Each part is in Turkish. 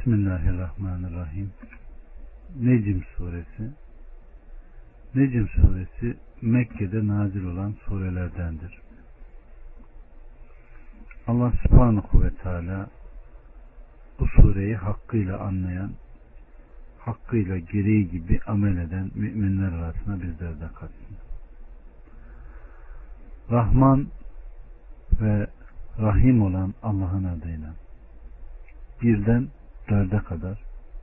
Bismillahirrahmanirrahim. Necm suresi. Necm suresi Mekke'de nazil olan surelerdendir. Allah subhanahu ve teala bu sureyi hakkıyla anlayan, hakkıyla gereği gibi amel eden müminler arasına bizleri de katsın. Rahman ve Rahim olan Allah'ın adıyla. Birden 4'e kadar.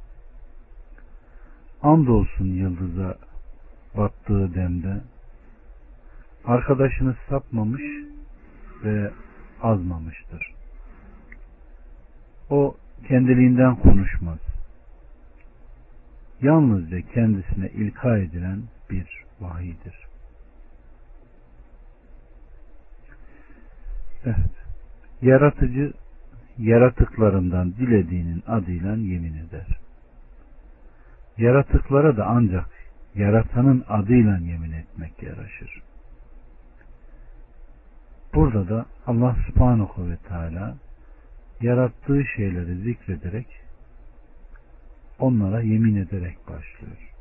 Andolsun yıldıza battığı demde arkadaşını sapmamış ve azmamıştır. O kendiliğinden konuşmaz. Yalnızca kendisine ilka edilen bir vahiydir. Evet. Yaratıcı yaratıklarından dilediğinin adıyla yemin eder. Yaratıklara da ancak yaratanın adıyla yemin etmek yaraşır. Burada da Allah subhanahu ve teala yarattığı şeyleri zikrederek onlara yemin ederek başlıyor.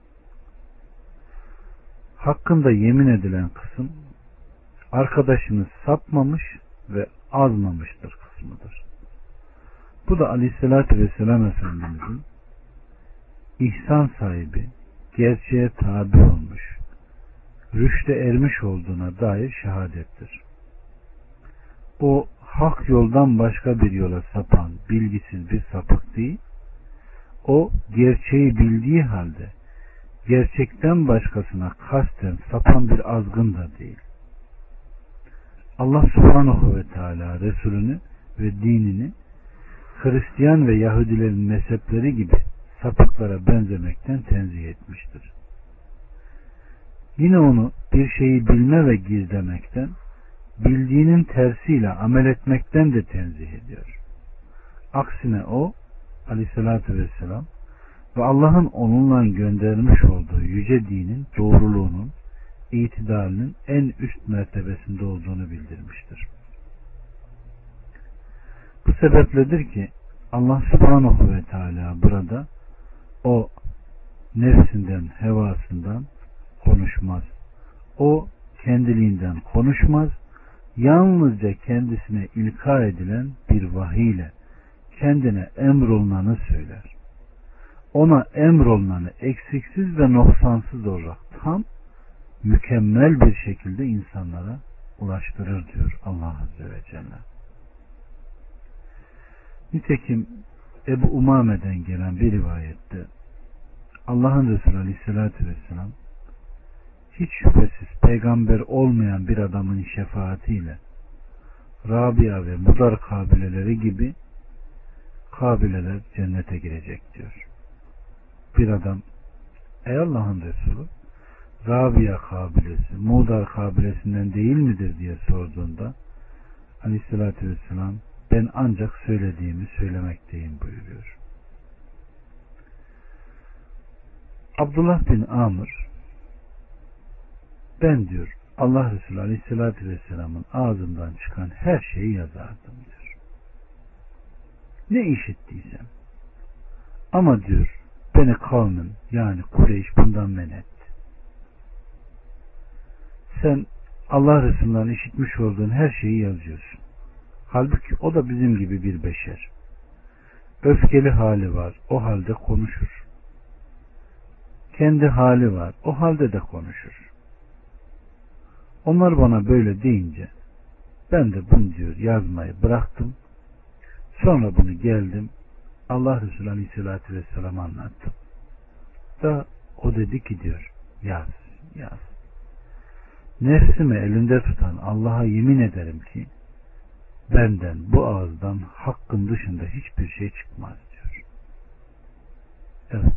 Hakkında yemin edilen kısım arkadaşını sapmamış ve azmamıştır kısmıdır. Bu da Aleyhisselatü Vesselam Efendimizin ihsan sahibi, gerçeğe tabi olmuş, rüşte ermiş olduğuna dair şehadettir. O hak yoldan başka bir yola sapan bilgisiz bir sapık değil, o gerçeği bildiği halde gerçekten başkasına kasten sapan bir azgın da değil. Allah subhanahu ve teala Resulünü ve dinini Hristiyan ve Yahudilerin mezhepleri gibi sapıklara benzemekten tenzih etmiştir. Yine onu bir şeyi bilme ve gizlemekten, bildiğinin tersiyle amel etmekten de tenzih ediyor. Aksine o Aleyhisselatü Vesselam ve Allah'ın onunla göndermiş olduğu yüce dinin doğruluğunun, itidalinin en üst mertebesinde olduğunu bildirmiştir. Bu sebepledir ki Allah subhanahu ve teala burada o nefsinden, hevasından konuşmaz. O kendiliğinden konuşmaz. Yalnızca kendisine ilka edilen bir vahiyle kendine emrolunanı söyler. Ona emrolunanı eksiksiz ve noksansız olarak tam, mükemmel bir şekilde insanlara ulaştırır diyor Allah Azze ve Celle. Nitekim Ebu Umame'den gelen bir rivayette Allah'ın Resulü Aleyhisselatü Vesselam hiç şüphesiz peygamber olmayan bir adamın şefaatiyle Rabia ve Mudar kabileleri gibi kabileler cennete girecek diyor. Bir adam, ey Allah'ın Resulü, Rabia kabilesi Mudar kabilesinden değil midir diye sorduğunda Aleyhisselatü Vesselam ben ancak söylediğimi söylemekteyim buyuruyor. Abdullah bin Amr, ben diyor Allah Resulü Aleyhisselatü Vesselam'ın ağzından çıkan her şeyi yazardım diyor. Ne işittiysem. Ama diyor beni kavmin yani Kureyş bundan men etti. Sen Allah Resulü'nden işitmiş olduğun her şeyi yazıyorsun. Halbuki o da bizim gibi bir beşer. Öfkeli hali var, o halde konuşur. Kendi hali var, o halde de konuşur. Onlar bana böyle deyince ben de bunu diyor yazmayı bıraktım. Sonra bunu geldim Allah Resulü Aleyhisselatü Vesselam'a anlattım. Da o dedi ki diyor yaz. Nefsimi elinde tutan Allah'a yemin ederim ki benden bu ağızdan hakkın dışında hiçbir şey çıkmaz diyor. Evet.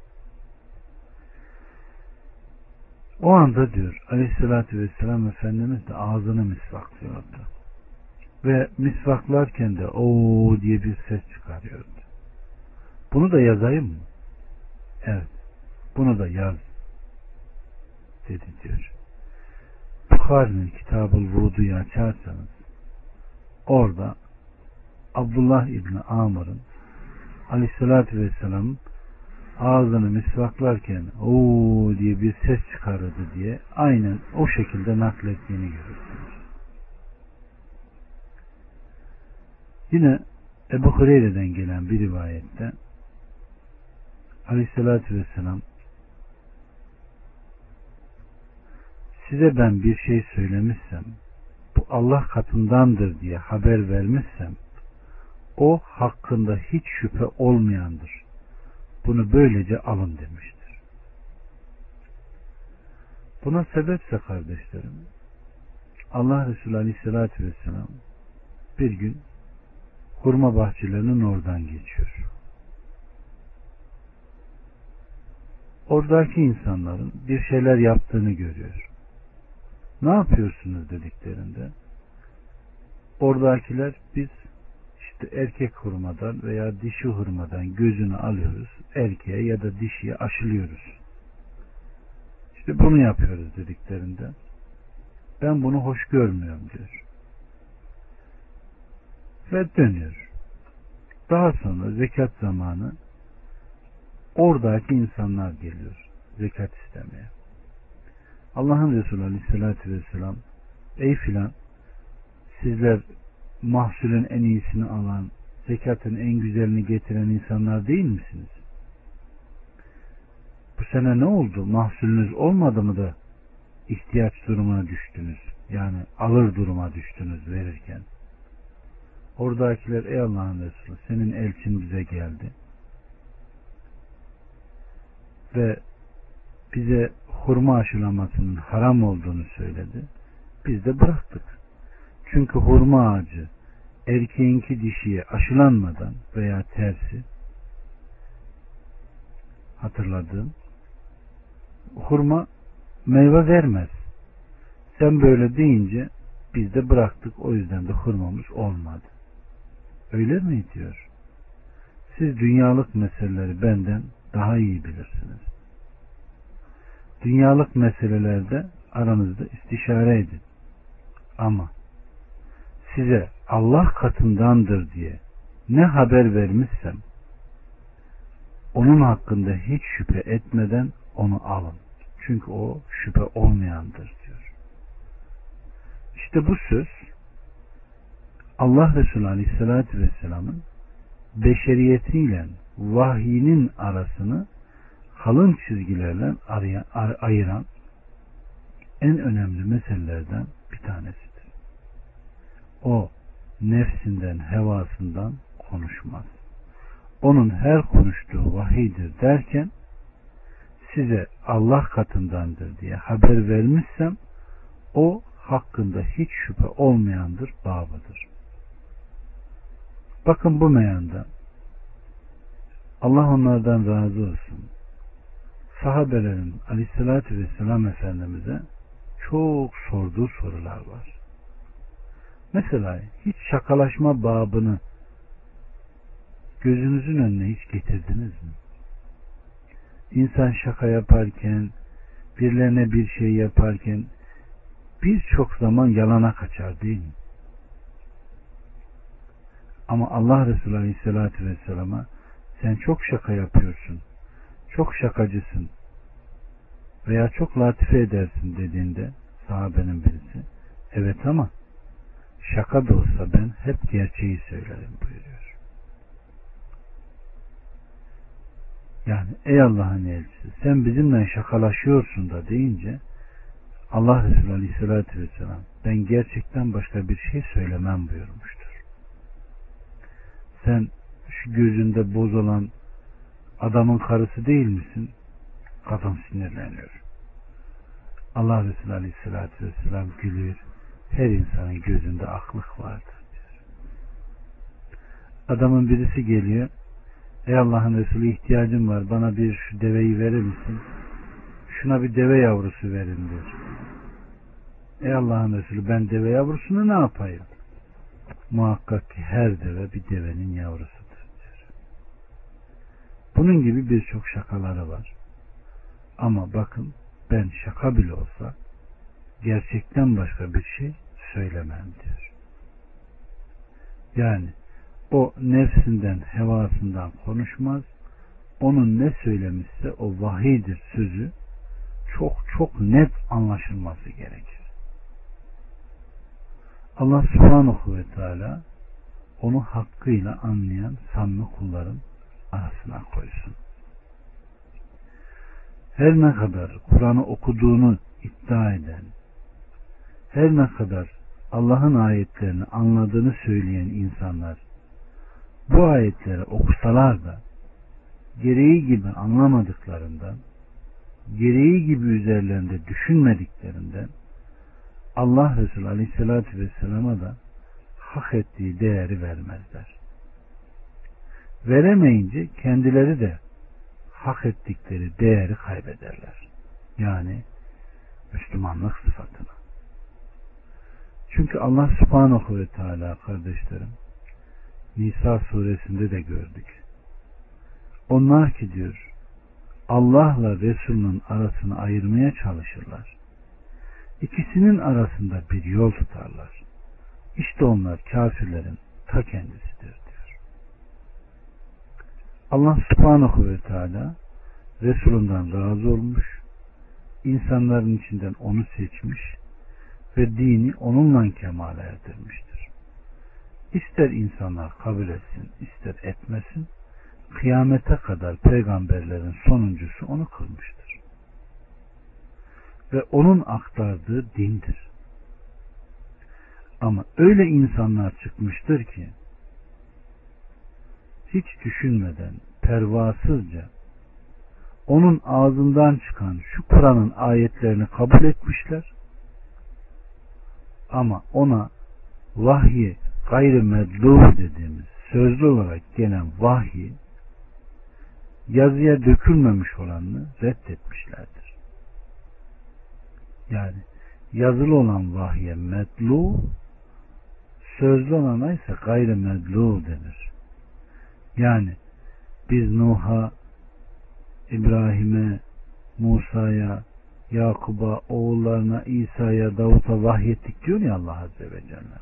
O anda diyor Aleyhisselatü Vesselam Efendimiz de ağzını misvaklıyordu. Ve misvaklarken de ooo diye bir ses çıkarıyordu. Bunu da yazayım mı? Evet. Bunu da yaz dedi diyor. Bukhari'nin Kitab-ül Vudu'yu açarsanız orada Abdullah İbni Amr'ın Aleyhissalatü vesselam ağzını misvaklarken ooo diye bir ses çıkarırdı diye aynen o şekilde naklettiğini görürsünüz. Yine Ebu Hureyre'den gelen bir rivayette Aleyhissalatü vesselam size ben bir şey söylemişsem bu Allah katındandır diye haber vermişsem o hakkında hiç şüphe olmayandır. Bunu böylece alın demiştir. Buna sebepse kardeşlerim Allah Resulü Aleyhisselatü Vesselam bir gün hurma bahçelerinin oradan geçiyor. Oradaki insanların bir şeyler yaptığını görüyor. Ne yapıyorsunuz dediklerinde oradakiler biz işte erkek hurmadan veya dişi hurmadan gözünü alıyoruz, erkeğe ya da dişiye aşılıyoruz. İşte bunu yapıyoruz dediklerinde ben bunu hoş görmüyorum diyor. Ve dönüyor. Daha sonra zekat zamanı oradaki insanlar geliyor zekat istemeye. Allah'ın Resulü Aleyhisselatü Vesselam ey filan sizler mahsulün en iyisini alan, zekatın en güzelini getiren insanlar değil misiniz? Bu sene ne oldu? Mahsulünüz olmadı mı da ihtiyaç durumuna düştünüz? Yani alır duruma düştünüz verirken. Oradakiler ey Allah'ın Resulü senin elçin bize geldi. Ve bize hurma aşılamasının haram olduğunu söyledi. Biz de bıraktık. Çünkü hurma ağacı erkeğinki dişiye aşılanmadan veya tersi hatırladığım hurma meyve vermez. Sen böyle deyince biz de bıraktık. O yüzden de hurmamız olmadı. Öyle mi diyor? Siz dünyalık meseleleri benden daha iyi bilirsiniz. Dünyalık meselelerde aranızda istişare edin. Ama size Allah katındandır diye ne haber vermişsem onun hakkında hiç şüphe etmeden onu alın. Çünkü o şüphe olmayandır diyor. İşte bu söz Allah Resulü Aleyhisselatü Vesselam'ın beşeriyetiyle vahyinin arasını kalın çizgilerle ayıran en önemli meselelerden bir tanesidir. O nefsinden, hevasından konuşmaz. Onun her konuştuğu vahiydir derken size Allah katındandır diye haber vermişsem o hakkında hiç şüphe olmayandır babıdır. Bakın bu meyanda Allah onlardan razı olsun. Sahabelerin Aleyhisselatü Vesselam Efendimiz'e çok sorduğu sorular var. Mesela hiç şakalaşma babını gözünüzün önüne hiç getirdiniz mi? İnsan şaka yaparken, birilerine bir şey yaparken birçok zaman yalana kaçar değil mi? Ama Allah Resulü Aleyhisselatü Vesselam'a sen çok şaka yapıyorsun, çok şakacısın veya çok latife edersin dediğinde sahabenin birisi evet ama şaka da olsa ben hep gerçeği söylerim buyuruyor. Yani ey Allah'ın elçisi sen bizimle şakalaşıyorsun da deyince Allah Resulü Aleyhisselatü Vesselam ben gerçekten başka bir şey söylemem buyurmuştur. Sen şu gözünde boz olan adamın karısı değil misin? Kadın sinirleniyor. Allah Resulü Aleyhisselatü Vesselam gülüyor. Her insanın gözünde aklık vardır diyor. Adamın birisi geliyor. Ey Allah'ın Resulü ihtiyacım var. Bana bir şu deveyi verir misin? Şuna bir deve yavrusu verin diyor. Ey Allah'ın Resulü ben deve yavrusunu ne yapayım? Muhakkak ki her deve bir devenin yavrusudur diyor. Bunun gibi birçok şakaları var. Ama bakın ben şaka bile olsa gerçekten başka bir şey söylemem diyor. Yani O nefsinden, hevasından konuşmaz. Onun ne söylemişse o vahiydir sözü çok çok net anlaşılması gerekir. Allah subhanahu ve teala onu hakkıyla anlayan samimi kulların arasına koysun. Her ne kadar Kur'an'ı okuduğunu iddia eden, her ne kadar Allah'ın ayetlerini anladığını söyleyen insanlar bu ayetleri okusalar da gereği gibi anlamadıklarından, gereği gibi üzerlerinde düşünmediklerinden Allah Resulü Aleyhisselatü Vesselam'a da hak ettiği değeri vermezler. Veremeyince kendileri de hak ettikleri değeri kaybederler. Yani Müslümanlık sıfatını. Çünkü Allah Subhanahu ve Teala kardeşlerim Nisa suresinde de gördük. Onlar ki diyor Allah'la Resul'ün arasını ayırmaya çalışırlar. İkisinin arasında bir yol tutarlar. İşte onlar kafirlerin ta kendisidir diyor. Allah Subhanahu ve Teala Resulünden razı olmuş, insanların içinden onu seçmiş ve dini onunla kemale erdirmiştir. İster insanlar kabul etsin, ister etmesin, kıyamete kadar peygamberlerin sonuncusu onu kılmıştır. Ve onun aktardığı dindir. Ama öyle insanlar çıkmıştır ki hiç düşünmeden, pervasızca onun ağzından çıkan şu Kur'an'ın ayetlerini kabul etmişler ama ona vahyi gayrimedlûh dediğimiz sözlü olarak gelen vahyi yazıya dökülmemiş olanını reddetmişlerdir. Yani yazılı olan vahye medlûh, sözlü olana ise gayrimedlûh denir. Yani biz Nuh'a, İbrahim'e, Musa'ya, Yakub'a, oğullarına, İsa'ya, Davut'a vahyettik diyor ya Allah Azze ve Celle.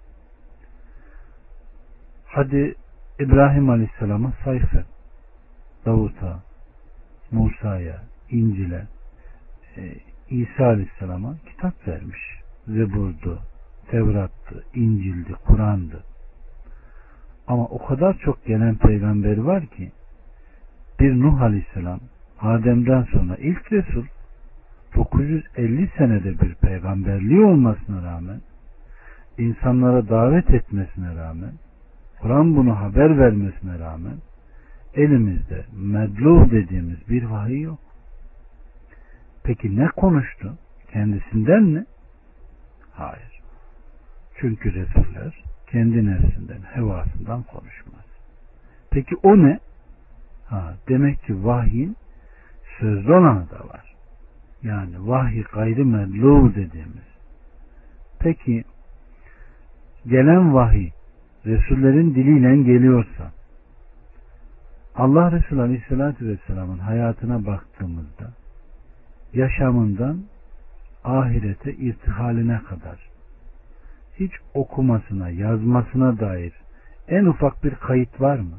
Hadi İbrahim Aleyhisselam'a sayfa, Davut'a, Musa'ya, İncil'e, İsa Aleyhisselam'a kitap vermiş. Zebur'du, Tevrat'tı, İncil'di, Kur'an'dı. Ama o kadar çok gelen peygamber var ki bir Nuh Aleyhisselam Adem'den sonra ilk Resul 950 senede bir peygamberliği olmasına rağmen insanlara davet etmesine rağmen Kur'an bunu haber vermesine rağmen elimizde medluh dediğimiz bir vahiy yok. Peki ne konuştu? Kendisinden mi? Hayır. Çünkü Resuller kendi nefsinden, hevasından konuşmaz. Peki o ne? Demek ki vahyin sözlü olanı da var. Yani vahiy gayrimedlûh dediğimiz. Peki gelen vahiy Resullerin diliyle geliyorsa Allah Resulü Aleyhisselatü Vesselam'ın hayatına baktığımızda yaşamından ahirete irtihaline kadar hiç okumasına, yazmasına dair en ufak bir kayıt var mı?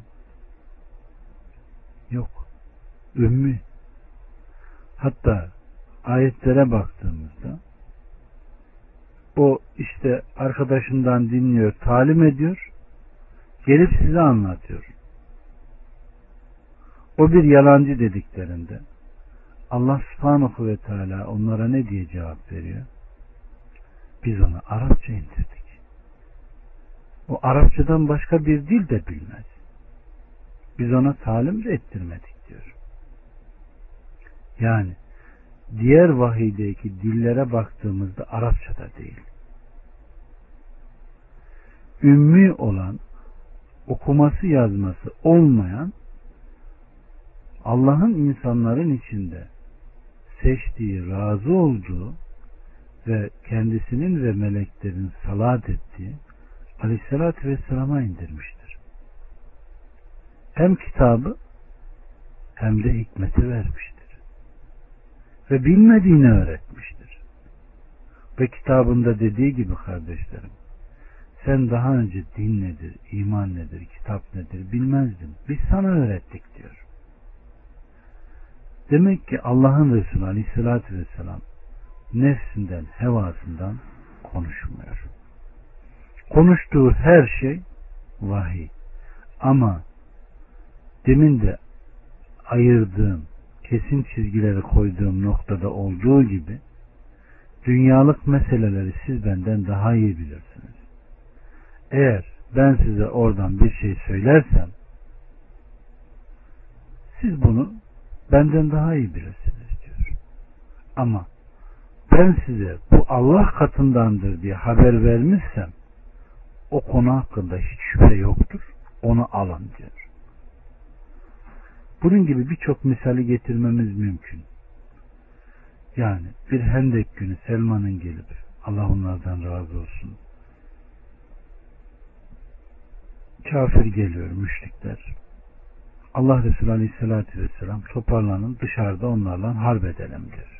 Yok. Ümmi. Hatta ayetlere baktığımızda o işte arkadaşından dinliyor, talim ediyor, gelip size anlatıyor. O bir yalancı dediklerinde Allah Subhanahu ve Teala onlara ne diye cevap veriyor? Biz onu Arapça indirdik. O Arapçadan başka bir dil de bilmez. Biz ona talim de ettirmedik diyor. Yani diğer vahiydeki dillere baktığımızda Arapçada değil. Ümmi olan, okuması yazması olmayan, Allah'ın insanların içinde seçtiği, razı olduğu ve kendisinin ve meleklerin salat ettiği Aleyhisselatü Vesselam'a indirmiştir. Hem kitabı hem de hikmeti vermiştir. Ve bilmediğini öğretmiştir. Ve kitabında dediği gibi kardeşlerim, sen daha önce din nedir, iman nedir, kitap nedir bilmezdin. Biz sana öğrettik diyor. Demek ki Allah'ın Resulü Aleyhisselatü Vesselam nefsinden, hevasından konuşmuyor. Konuştuğu her şey vahiy. Ama demin de ayırdığım, kesin çizgileri koyduğum noktada olduğu gibi dünyalık meseleleri siz benden daha iyi bilirsiniz. Eğer ben size oradan bir şey söylersem siz bunu benden daha iyi bilirsiniz diyor. Ama ben size bu Allah katındandır diye haber vermişsem o konu hakkında hiç şüphe yoktur. Onu alın diyor. Bunun gibi birçok misali getirmemiz mümkün. Yani bir Hendek günü Selman'ın gelip, Allah onlardan razı olsun, kafir geliyor, müşrikler. Allah Resulü Aleyhisselatü Vesselam toparlanın, dışarıda onlarla harp edelim diyor.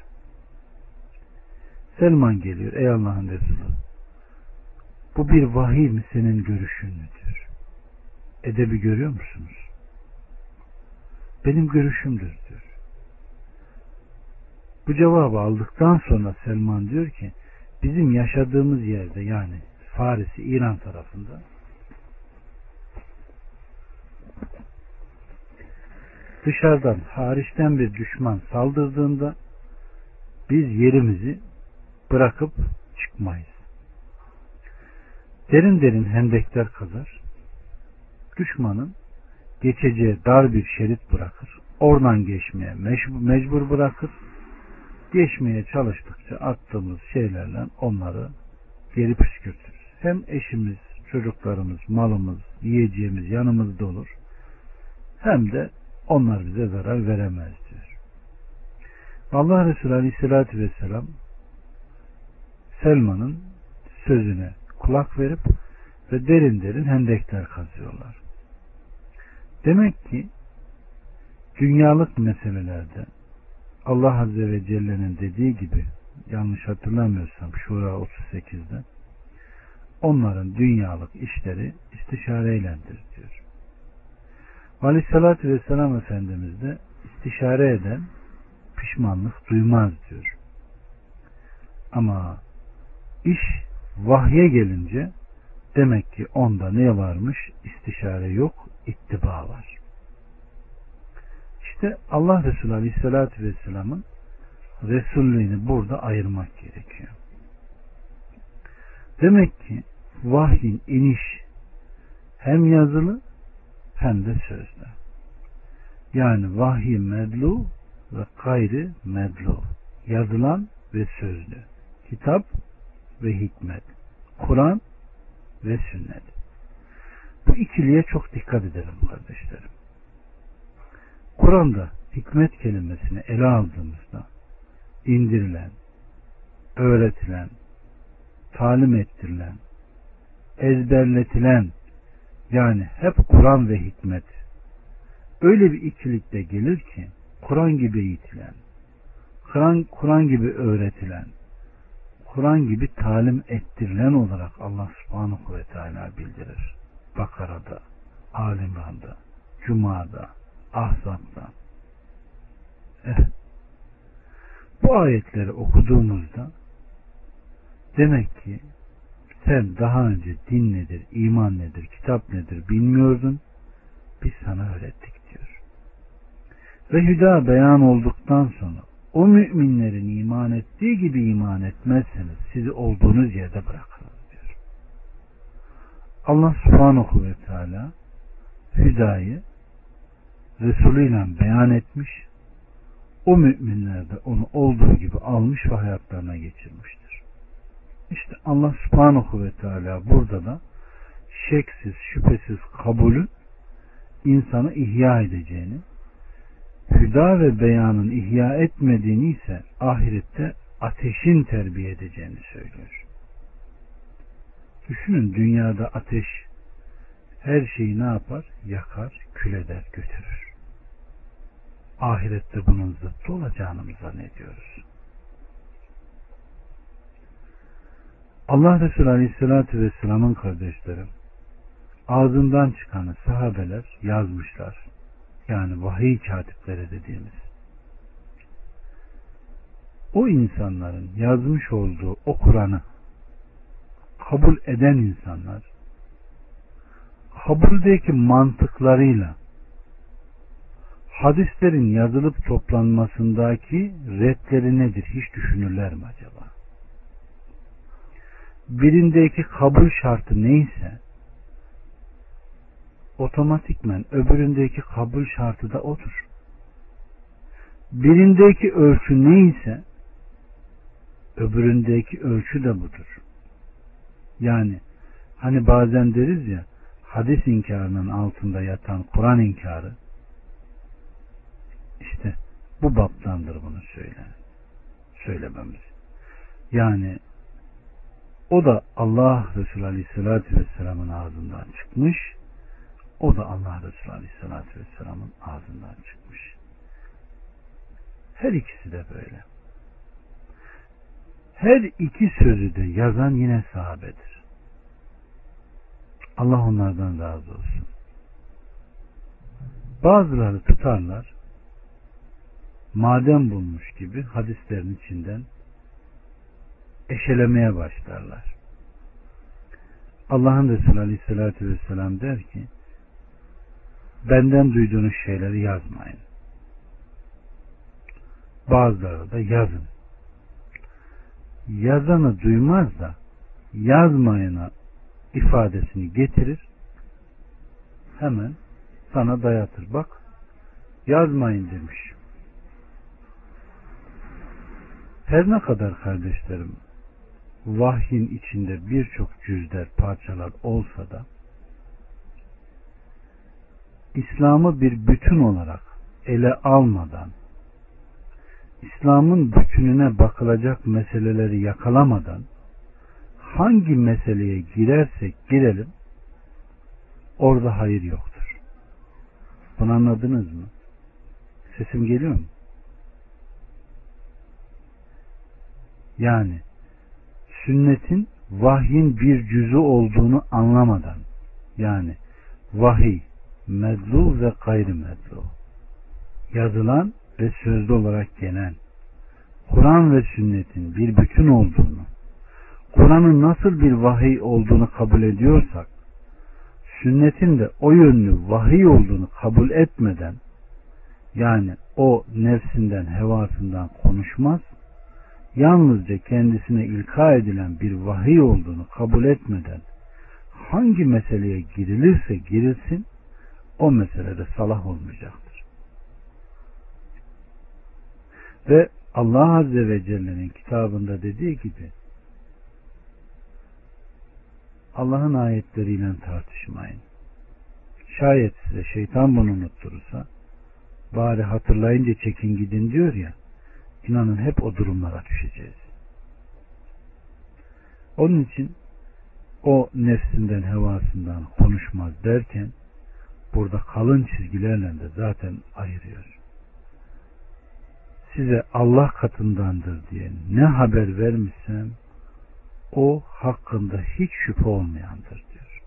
Selman geliyor, ey Allah'ın Resulü, bu bir vahiy mi, senin görüşün mü diyor. Edebi görüyor musunuz? Benim görüşümdür diyor. Bu cevabı aldıktan sonra Selman diyor ki, bizim yaşadığımız yerde, yani Farisi, İran tarafında dışarıdan, hariçten bir düşman saldırdığında biz yerimizi bırakıp çıkmayız. Derin derin hendekler kazar, düşmanın geçeceği dar bir şerit bırakır, oradan geçmeye mecbur bırakır, geçmeye çalıştıkça attığımız şeylerle onları geri püskürtürüz. Hem eşimiz, çocuklarımız, malımız, yiyeceğimiz yanımızda olur, hem de onlar bize zarar veremez diyor. Allah Resulü Aleyhisselatü Vesselam Selman'ın sözüne kulak verip ve derin derin hendekler kazıyorlar. Demek ki dünyalık meselelerde Allah Azze ve Celle'nin dediği gibi, yanlış hatırlamıyorsam Şura 38'de, onların dünyalık işleri istişareylendir diyor. Aleyhissalatü Vesselam Efendimiz de istişare eden pişmanlık duymaz diyor. Ama iş vahye gelince demek ki onda ne varmış? İstişare yok, ittiba var. İşte Allah Resulü Aleyhisselatü Vesselam'ın Resullüğünü burada ayırmak gerekiyor. Demek ki vahyin iniş hem yazılı hem de sözlü. Yani vahiy medlu ve gayri medlu. Yazılan ve sözlü. Kitap ve hikmet. Kur'an ve sünnet. Bu ikiliye çok dikkat edelim kardeşlerim. Kur'an'da hikmet kelimesini ele aldığımızda indirilen, öğretilen, talim ettirilen, ezberletilen, yani hep Kur'an ve hikmet öyle bir ikilikte gelir ki Kur'an gibi eğitilen, Kur'an gibi öğretilen, Kur'an gibi talim ettirilen olarak Allah Subhanahu ve Teala bildirir. Bakara'da, Ali İmran'da, Cuma'da, Ahzab'da. Bu ayetleri okuduğumuzda demek ki sen daha önce din nedir, iman nedir, kitap nedir bilmiyordun. Biz sana öğrettik diyor. Ve hüda beyan olduktan sonra o müminlerin iman ettiği gibi iman etmezseniz sizi olduğunuz yerde bırakırız diyor. Allah Subhanahu ve Teala hüdayı Resulü ile beyan etmiş, o müminler de onu olduğu gibi almış ve hayatlarına geçirmiştir. İşte Allah Subhanahu ve Teala burada da şeksiz, şüphesiz kabulün insanı ihya edeceğini, hüda ve beyanın ihya etmediğini ise ahirette ateşin terbiye edeceğini söylüyor. Düşünün, dünyada ateş her şeyi ne yapar? Yakar, kül eder, götürür. Ahirette bunun zıttı olacağını mı zannediyoruz? Allah Resulü Aleyhisselatü Vesselam'ın kardeşlerim, ağzından çıkanı sahabeler yazmışlar. Yani vahiy katipleri dediğimiz. O insanların yazmış olduğu o Kur'an'ı kabul eden insanlar, kabuldeki mantıklarıyla hadislerin yazılıp toplanmasındaki redleri nedir hiç düşünürler mi acaba? Birindeki kabul şartı neyse otomatikmen öbüründeki kabul şartı da odur. Birindeki ölçü neyse öbüründeki ölçü de budur. Yani hani bazen deriz ya, hadis inkarının altında yatan Kur'an inkarı, işte bu baptandır bunu söylememiz. Yani o da Allah Resulü Aleyhisselatü Vesselam'ın ağzından çıkmış, o da Allah Resulü Aleyhisselatü Vesselam'ın ağzından çıkmış. Her ikisi de böyle. Her iki sözü de yazan yine sahabedir. Allah onlardan razı olsun. Bazıları tutarlar, maden bulmuş gibi hadislerin içinden eşelemeye başlarlar. Allah'ın Resulü Aleyhisselatü Vesselam der ki, benden duyduğunuz şeyleri yazmayın. Bazıları da yazın. Yazanı duymaz da yazmayana ifadesini getirir, hemen sana dayatır. Bak, yazmayın demiş. Her ne kadar kardeşlerim vahyin içinde birçok cüzler, parçalar olsa da İslam'ı bir bütün olarak ele almadan, İslam'ın bütününe bakılacak meseleleri yakalamadan hangi meseleye girersek girelim orada hayır yoktur. Bunu anladınız mı? Sesim geliyor mu? Yani sünnetin vahyin bir cüzü olduğunu anlamadan, yani vahiy medlu ve gayri medlu, yazılan ve sözlü olarak gelen Kur'an ve sünnetin bir bütün olduğunu, Kur'an'ın nasıl bir vahiy olduğunu kabul ediyorsak, sünnetin de o yönlü vahiy olduğunu kabul etmeden, yani o nefsinden, hevasından konuşmaz, yalnızca kendisine ilka edilen bir vahiy olduğunu kabul etmeden hangi meseleye girilirse girilsin, o meselede salah olmayacaktır. Ve Allah Azze ve Celle'nin kitabında dediği gibi, Allah'ın ayetleriyle tartışmayın. Şayet size şeytan bunu unutturursa, bari hatırlayınca çekin gidin diyor ya, İnanın hep o durumlara düşeceğiz. Onun için o nefsinden, hevasından konuşmaz derken burada kalın çizgilerle de zaten ayırıyor. Size Allah katındandır diye ne haber vermişsem o hakkında hiç şüphe olmayandır diyor.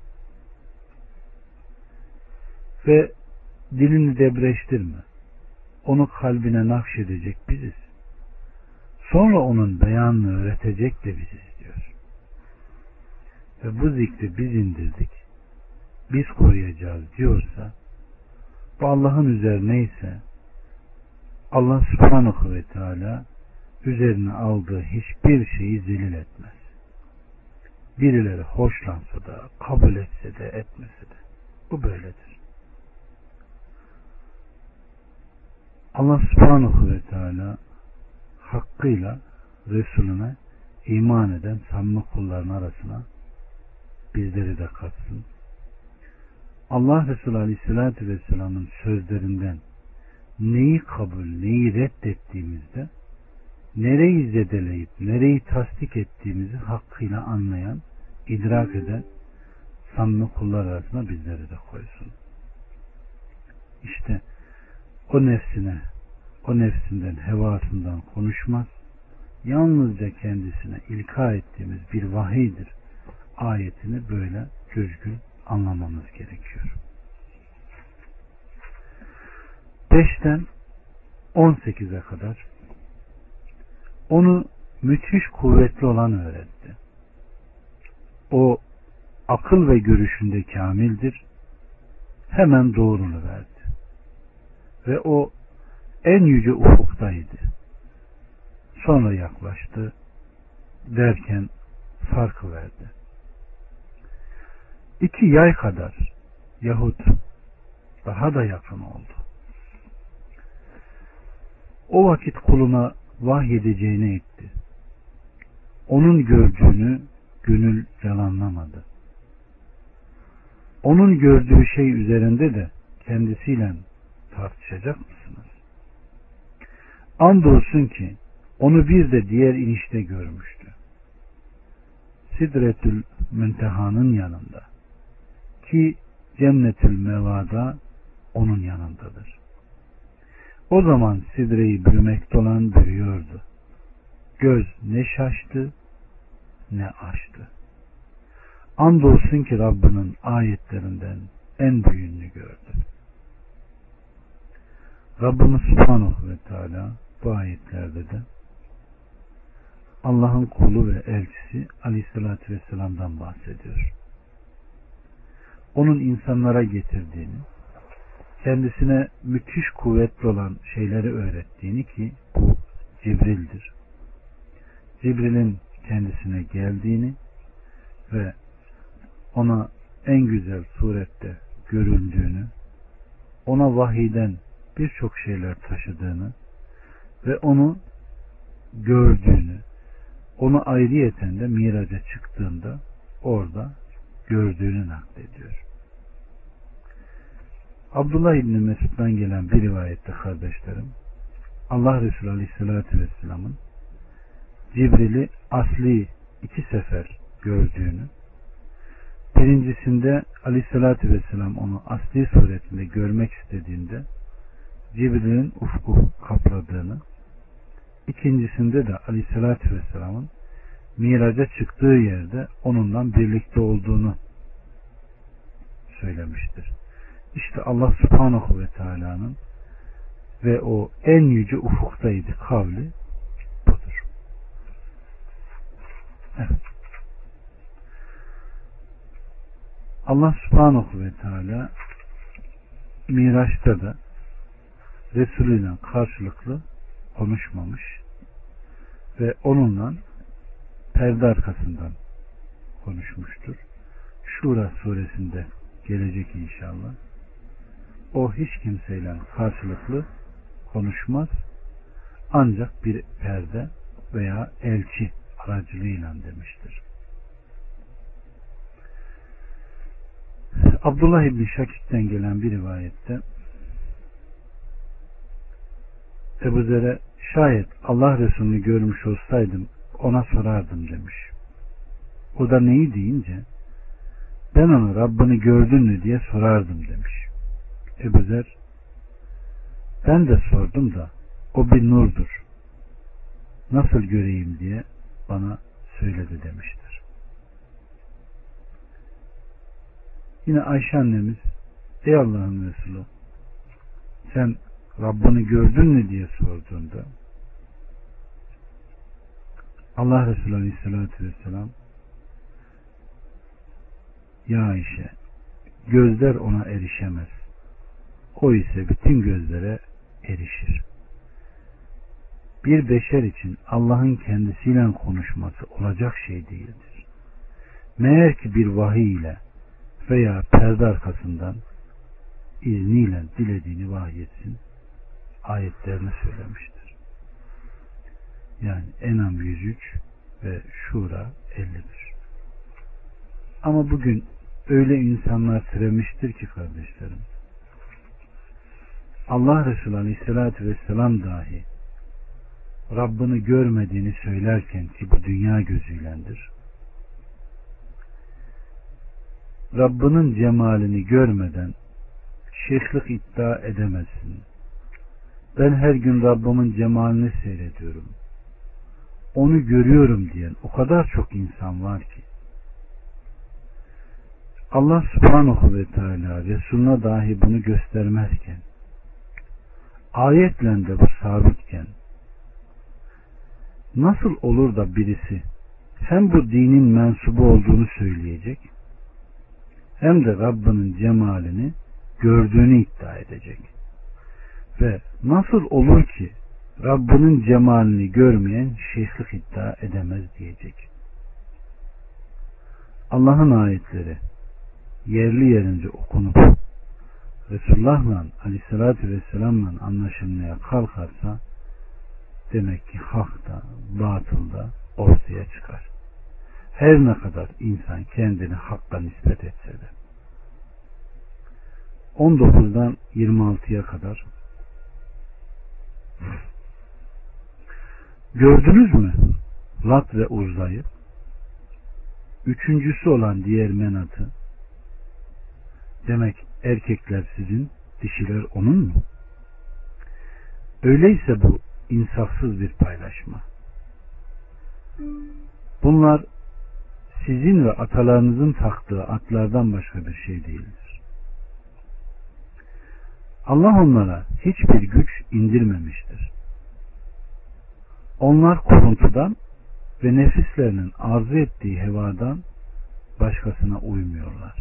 Ve dilini debreştirme. Onu kalbine nakşedecek biziz. Sonra onun beyanını öğretecek de biziz diyor. Ve bu zikri biz indirdik, biz koruyacağız diyorsa, bu Allah'ın üzerineyse, Allah Subhanahu ve Teala üzerine aldığı hiçbir şeyi zelil etmez. Birileri hoşlansa da, kabul etse de, etmese de. Bu böyledir. Allah Subhanahu ve Teala hakkıyla Resulüne iman eden samimi kulların arasına bizleri de katsın. Allah Resulü Aleyhisselatü Vesselam'ın sözlerinden neyi kabul, neyi reddettiğimizde nereyi zedeleyip nereyi tasdik ettiğimizi hakkıyla anlayan, idrak eden samimi kullar arasına bizleri de koysun. İşte o nefsine, o nefsinden, hevasından konuşmaz, yalnızca kendisine ilka ettiğimiz bir vahiydir ayetini böyle düzgün anlamamız gerekiyor. 5'ten 18'e kadar onu müthiş kuvvetli olan öğretti. O akıl ve görüşünde kamildir. Hemen doğrunu verdi. Ve o en yüce ufuktaydı. Sonra yaklaştı derken farkı verdi. 2 yay kadar yahut daha da yakın oldu. O vakit kuluna vahyedeceğini etti. Onun gördüğünü gönül yalanlamadı. Onun gördüğü şey üzerinde de kendisiyle tartışacak mısınız? Andolsun ki onu bir de diğer inişte görmüştü. Sidretül Münteha'nın yanında ki Cennetül Meva'da onun yanındadır. O zaman sidreyi bürümekte olan bürüyordu. Göz ne şaştı ne açtı. Andolsun ki Rabbinin ayetlerinden en büyüğünü gördü. Rabbimiz Subhanahu ve Teala bu ayetlerde de Allah'ın kulu ve elçisi Aleyhisselatü Vesselam'dan bahsediyor. Onun insanlara getirdiğini, kendisine müthiş kuvvetli olan şeyleri öğrettiğini ki bu Cibril'dir. Cibril'in kendisine geldiğini ve ona en güzel surette göründüğünü, ona vahiyden birçok şeyler taşıdığını ve onu gördüğünü, onu ayrıyeten de miraca çıktığında orada gördüğünü naklediyor. Abdullah İbni Mesud'dan gelen bir rivayette kardeşlerim, Allah Resulü Aleyhisselatü Vesselam'ın Cibril'i asli 2 sefer gördüğünü, birincisinde Aleyhisselatü Vesselam onu asli suretinde görmek istediğinde Cibril'in ufku kapladığını, ikincisinde de Aleyhisselatü Vesselam'ın miraca çıktığı yerde onunla birlikte olduğunu söylemiştir. İşte Allah Subhanahu ve Teala'nın ve o en yüce ufuktaydı kavli budur. Evet. Allah Subhanahu ve Teala Miraç'ta da Resulüyle karşılıklı konuşmamış ve onunla perde arkasından konuşmuştur. Şura suresinde gelecek inşallah. O hiç kimseyle karşılıklı konuşmaz. Ancak bir perde veya elçi aracılığıyla demiştir. Abdullah İbni Şakik'ten gelen bir rivayette Ebu Zer'e şayet Allah Resulü'nü görmüş olsaydım ona sorardım demiş. O da neyi deyince ben ona Rabbini gördün mü diye sorardım demiş. Ebu Zer ben de sordum da o bir nurdur. Nasıl göreyim diye bana söyledi demiştir. Yine Ayşe annemiz ey Allah'ın Resulü sen Rabbini gördün mü diye sorduğunda Allah Resulü Aleyhisselatü Vesselam ya Ayşe gözler ona erişemez. O ise bütün gözlere erişir. Bir beşer için Allah'ın kendisiyle konuşması olacak şey değildir. Meğer ki bir vahiy ile veya perde arkasından izniyle dilediğini vahyetsin ayetlerini söylemiştir. Yani En'am 103 ve Şura 51. Ama bugün öyle insanlar türemiştir ki kardeşlerim, Allah Resulü Aleyhisselatü Vesselam dahi Rabbini görmediğini söylerken ki bu dünya gözüylendir. Rabbinin cemalini görmeden şeyhlik iddia edemezsin. Ben her gün Rabbimin cemalini seyrediyorum. onu görüyorum diyen o kadar çok insan var ki. Allah subhanahu ve teala Resulüne dahi bunu göstermezken, ayetle de bu sabitken, nasıl olur da birisi hem bu dinin mensubu olduğunu söyleyecek, hem de Rabbinin cemalini gördüğünü iddia edecek. Ve nasıl olur ki Rabbinin cemalini görmeyen şeyhlik iddia edemez diyecek. Allah'ın ayetleri yerli yerince okunup Resulullah'la Aleyhisselatü Vesselam'la anlaşılmaya kalkarsa demek ki hak da batıl da ortaya çıkar. Her ne kadar insan kendini hakka nispet etse de. 19'dan 26'ya kadar gördünüz mü Lat ve Uzza'yı, üçüncüsü olan diğer Menat'ı, demek erkekler sizin, dişiler onun mu? Öyleyse bu insafsız bir paylaşma. Bunlar sizin ve atalarınızın taktığı atlardan başka bir şey değildir. Allah onlara hiçbir güç indirmemiştir. Onlar kuruntudan ve nefislerinin arzu ettiği hevadan başkasına uymuyorlar.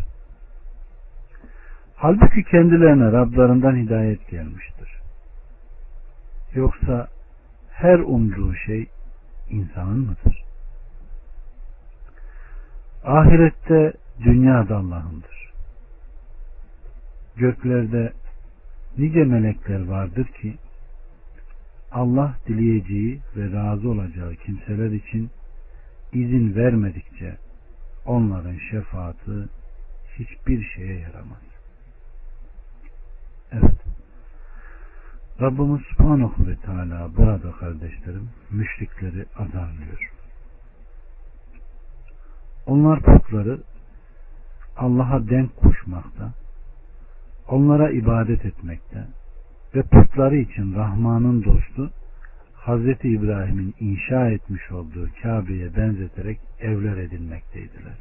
Halbuki kendilerine Rablarından hidayet gelmiştir. Yoksa her umduğu şey insanın mıdır? Ahirette dünya da Allah'ındır. Göklerde nice melekler vardır ki Allah dileyeceği ve razı olacağı kimseler için izin vermedikçe onların şefaati hiçbir şeye yaramaz. Evet. Rabbimiz Subhanahu ve Teala burada kardeşlerim müşrikleri azarlıyor. Onlar putları Allah'a denk koşmakta, onlara ibadet etmekte ve putları için Rahman'ın dostu Hazreti İbrahim'in inşa etmiş olduğu Kabe'ye benzeterek evler edinmekteydiler.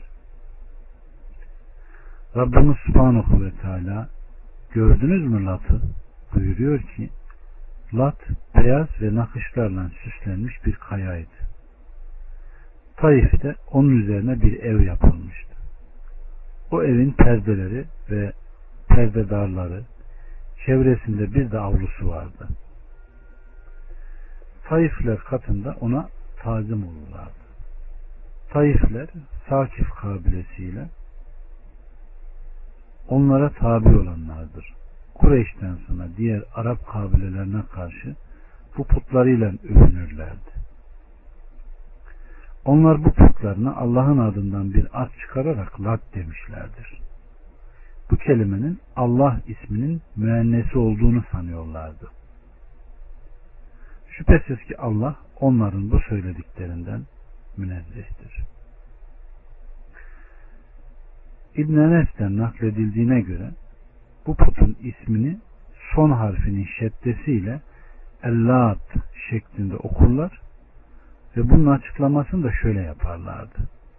Rabbimiz Subhanahu ve Teala gördünüz mü Lat'ı? Buyuruyor ki Lat beyaz ve nakışlarla süslenmiş bir kayaydı. Taif'te onun üzerine bir ev yapılmıştı. O evin perdeleri ve perdedarları, çevresinde bir de avlusu vardı. Taifler katında ona tazim olurlardı. Taifler Sakif kabilesiyle onlara tabi olanlardır. Kureyş'ten sonra diğer Arap kabilelerine karşı bu putlarıyla övünürlerdi. Onlar bu putlarına Allah'ın adından bir ad çıkararak Lat demişlerdir. Bu kelimenin Allah isminin müennesi olduğunu sanıyorlardı. Şüphesiz ki Allah onların bu söylediklerinden münezzehtir. İbn Enes'ten nakledildiğine göre bu putun ismini son harfinin şeddesiyle Ellat şeklinde okurlar ve bunun açıklamasını da şöyle yaparlardı.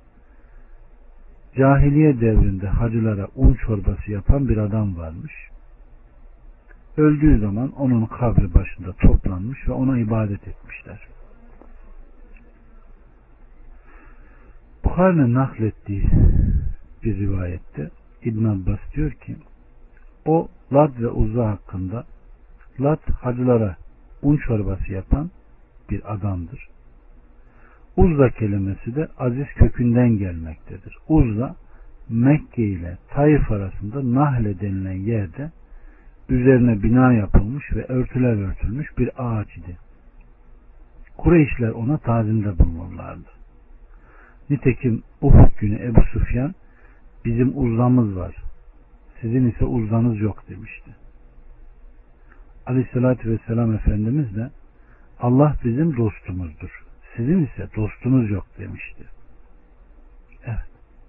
Cahiliye devrinde hacılara un çorbası yapan bir adam varmış. Öldüğü zaman onun kabri başında toplanmış ve ona ibadet etmişler. Bukhari'nin naklettiği bir rivayette İbn Abbas diyor ki o Lat ve Uzza hakkında Lat hacılara un çorbası yapan bir adamdır. Uzza kelimesi de aziz kökünden gelmektedir. Uzza Mekke ile Taif arasında Nahle denilen yerde üzerine bina yapılmış ve örtüler örtülmüş bir ağaç idi. Kureyşler ona tazimde bulunurlardı. Nitekim Uhud günü Ebu Süfyan bizim Uzza'mız var, sizin ise Uzza'nız yok demişti. Aleyhissalatü vesselam Efendimiz de Allah bizim dostumuzdur, sizin ise dostunuz yok demişti. Evet.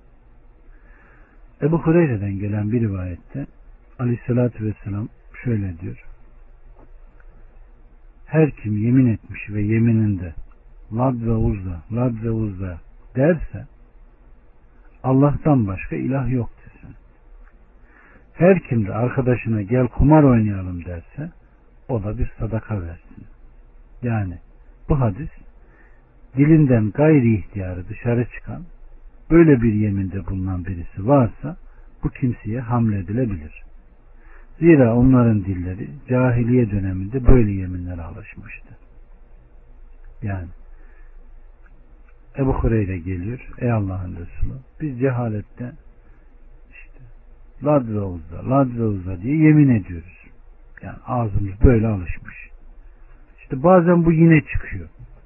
Ebu Hureyre'den gelen bir rivayette Aleyhissalatü vesselam şöyle diyor: her kim yemin etmiş ve yemininde Lad ve Uzza, Lad ve Uzza derse Allah'tan başka ilah yok desin. Her kim de arkadaşına gel kumar oynayalım derse o da bir sadaka versin. Yani bu hadis dilinden gayri ihtiyarı dışarı çıkan böyle bir yeminde bulunan birisi varsa bu kimseye hamledilebilir. Zira onların dilleri cahiliye döneminde böyle yeminlere alışmıştı. Yani Ebu Hureyre geliyor. Ey Allah'ın Resulü, biz cehalette işte Lad ve Uzza, Lad ve Uzza diye yemin ediyoruz. Yani ağzımız böyle alışmış. İşte bazen bu yine çıkıyor.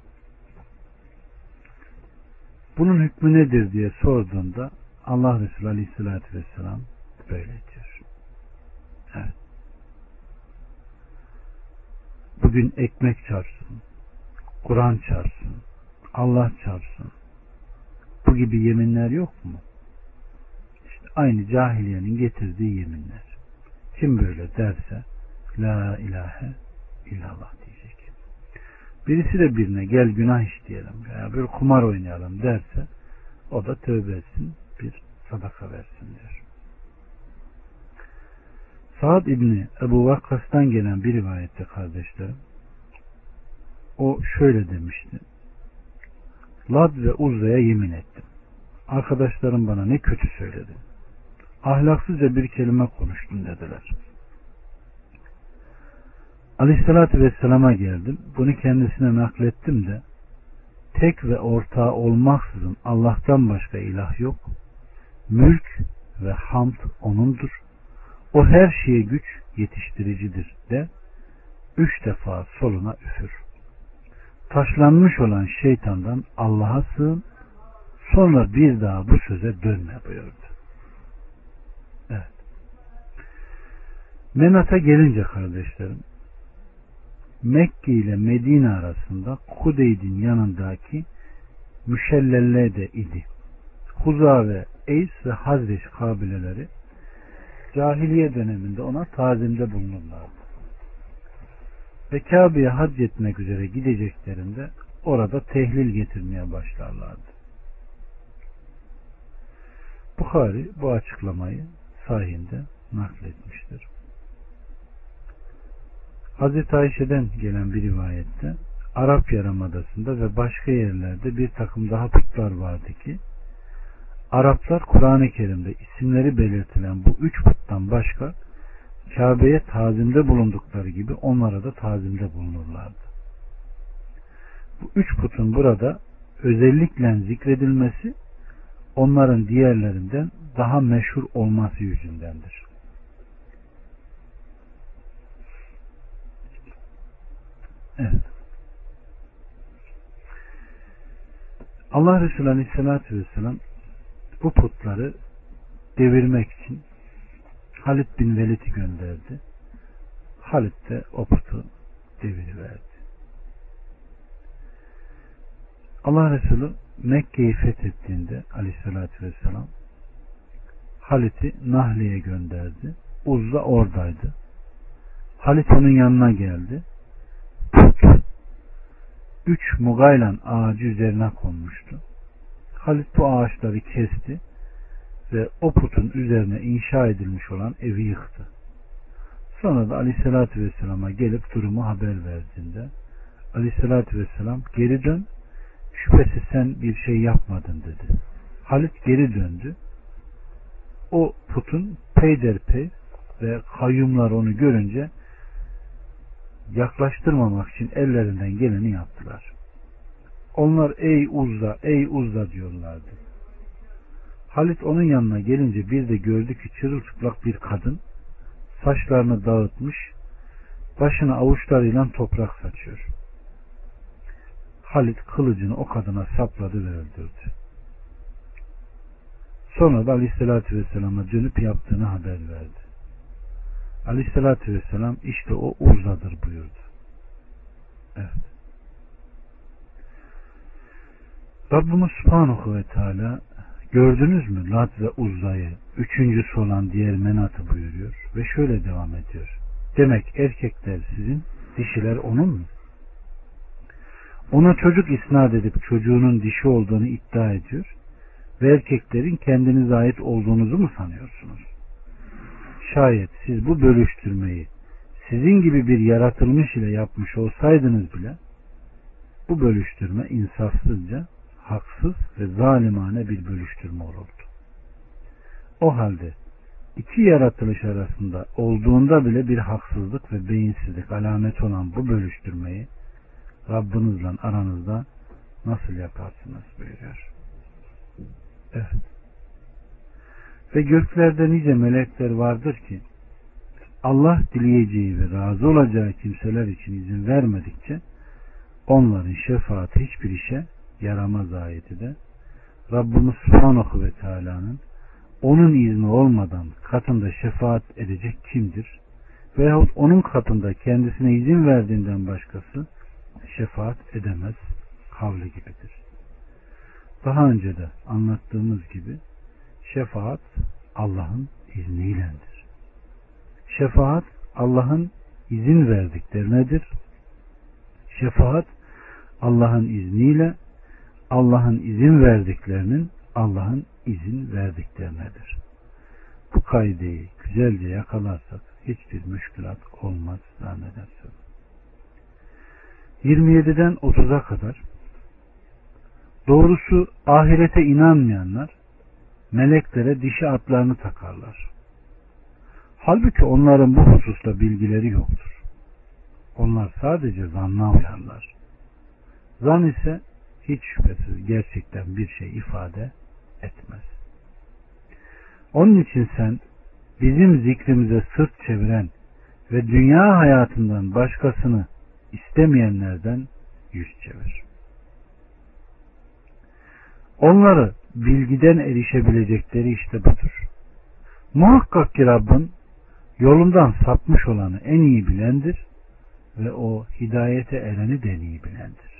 Bunun hükmü nedir diye sorduğunda Allah Resulü Aleyhisselatü Vesselam böyle diyor. Evet. Bugün ekmek çarpsın, Kur'an çarpsın, Allah çarpsın. Bu gibi yeminler yok mu? İşte aynı cahiliyenin getirdiği yeminler. Kim böyle derse La ilahe illallah diyecek. Birisi de birine gel günah işleyelim veya bir kumar oynayalım derse o da tövbe etsin, bir sadaka versin diyor. Sa'd İbni Ebu Vakkas'tan gelen bir rivayette kardeşlerim, o şöyle demişti. Lad ve Uzza'ya yemin ettim. Arkadaşlarım bana ne kötü söyledi. Ahlaksızca bir kelime konuştun dediler. Aleyhissalatü Vesselam'a geldim. Bunu kendisine naklettim de tek ve ortağı olmaksızın Allah'tan başka ilah yok. Mülk ve hamd O'nundur. O her şeye güç yetiştiricidir de 3 defa soluna üfür. Taşlanmış olan şeytandan Allah'a sığın, sonra bir daha bu söze dönme buyurdu. Evet. Menat'a gelince kardeşlerim, Mekke ile Medine arasında Kudeyd'in yanındaki Müşellelle'de idi. Huza ve Eys ve Hazreç kabileleri cahiliye döneminde ona tazimde bulunurlardı. Ve Kabe'ye hac etmek üzere gideceklerinde orada tehlil getirmeye başlarlardı. Buhari bu açıklamayı sahihinde nakletmiştir. Hazreti Ayşe'den gelen bir rivayette Arap Yarımadası'nda ve başka yerlerde bir takım daha putlar vardı ki Araplar Kur'an-ı Kerim'de isimleri belirtilen bu 3 puttan başka Kabe'ye tazimde bulundukları gibi onlara da tazimde bulunurlardı. Bu 3 putun burada özellikle zikredilmesi onların diğerlerinden daha meşhur olması yüzündendir. Evet. Allah Resulü Aleyhisselatü Vesselam bu putları devirmek için Halid bin Velid'i gönderdi. Halid de o putu deviriverdi. Allah Resulü Mekke'yi fethettiğinde Aleyhisselatü Vesselam Halid'i Nahli'ye gönderdi. Uzza oradaydı. Halid onun yanına geldi. Put 3 mugaylan ağacı üzerine konmuştu. Halid bu ağaçları kesti ve o putun üzerine inşa edilmiş olan evi yıktı. Sonra da Aleyhisselatü Vesselam'a gelip durumu haber verdiğinde Aleyhisselatü Vesselam geri dön, şüphesiz sen bir şey yapmadın dedi. Halid geri döndü. O putun peyderpey ve kayyumlar onu görünce yaklaştırmamak için ellerinden geleni yaptılar. Onlar ey Uzza, ey Uzza diyorlardı. Halid onun yanına gelince bir de gördü ki çırılçıplak bir kadın saçlarını dağıtmış, başına avuçlarıyla toprak saçıyor. Halid kılıcını o kadına sapladı ve öldürdü. Sonra da Aleyhisselatü Vesselam'a dönüp yaptığını haber verdi. Aleyhisselatü Vesselam işte o Uzza'dır buyurdu. Evet. Rabbimiz Subhanahu ve Teala gördünüz mü Lat ve Uzza'yı üçüncüsü olan diğer Menat'ı buyuruyor ve şöyle devam ediyor. Demek erkekler sizin, dişiler onun mu? Ona çocuk isnat edip çocuğunun dişi olduğunu iddia ediyor ve erkeklerin kendinize ait olduğunuzu mu sanıyorsunuz? Şayet siz bu bölüştürmeyi sizin gibi bir yaratılmış ile yapmış olsaydınız bile bu bölüştürme insafsızca, haksız ve zalimane bir bölüştürme olurdu. O halde iki yaratılış arasında olduğunda bile bir haksızlık ve beyinsizlik alameti olan bu bölüştürmeyi Rabbinizle aranızda nasıl yaparsınız buyuruyor. Evet. Ve göklerde nice melekler vardır ki Allah dileyeceği ve razı olacağı kimseler için izin vermedikçe onların şefaati hiçbir işe yaramaz ayeti de Rabbimiz Subhanahu ve Teala'nın onun izni olmadan katında şefaat edecek kimdir? Veyahut onun katında kendisine izin verdiğinden başkası şefaat edemez kavli gibidir. Daha önce de anlattığımız gibi şefaat Allah'ın izniyledir. Şefaat Allah'ın izin verdiklerinedir. Şefaat Allah'ın izniyle Allah'ın izin verdiklerinin Allah'ın izin verdiklerinedir. Bu kaideyi güzelce yakalarsak hiçbir müşkülat olmaz zannedersem. 27'den 30'a kadar doğrusu ahirete inanmayanlar meleklere dişi atlarını takarlar. Halbuki onların bu hususta bilgileri yoktur. Onlar sadece zanna uyarlar. Zan ise hiç şüphesiz gerçekten bir şey ifade etmez. Onun için sen bizim zikrimize sırt çeviren ve dünya hayatından başkasını istemeyenlerden yüz çevir. Onları bilgiden erişebilecekleri işte budur. Muhakkak ki Rabbin yolundan sapmış olanı en iyi bilendir ve o hidayete ereni de en iyi bilendir.